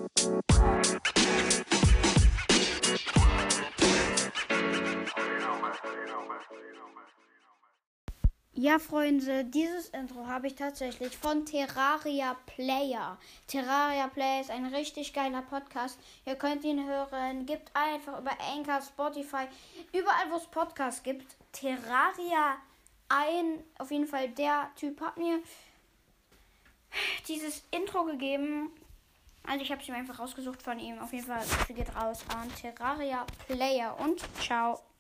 Ja, Freunde, dieses Intro habe ich tatsächlich von Terraria Player. Terraria Player ist ein richtig geiler Podcast. Ihr könnt ihn hören. Gebt einfach über Anchor, Spotify, überall, wo es Podcasts gibt, Terraria ein. Auf jeden Fall, der Typ hat mir dieses Intro gegeben. Also ich habe es ihm einfach rausgesucht von ihm. Auf jeden Fall, geht raus an Terraria Player und ciao.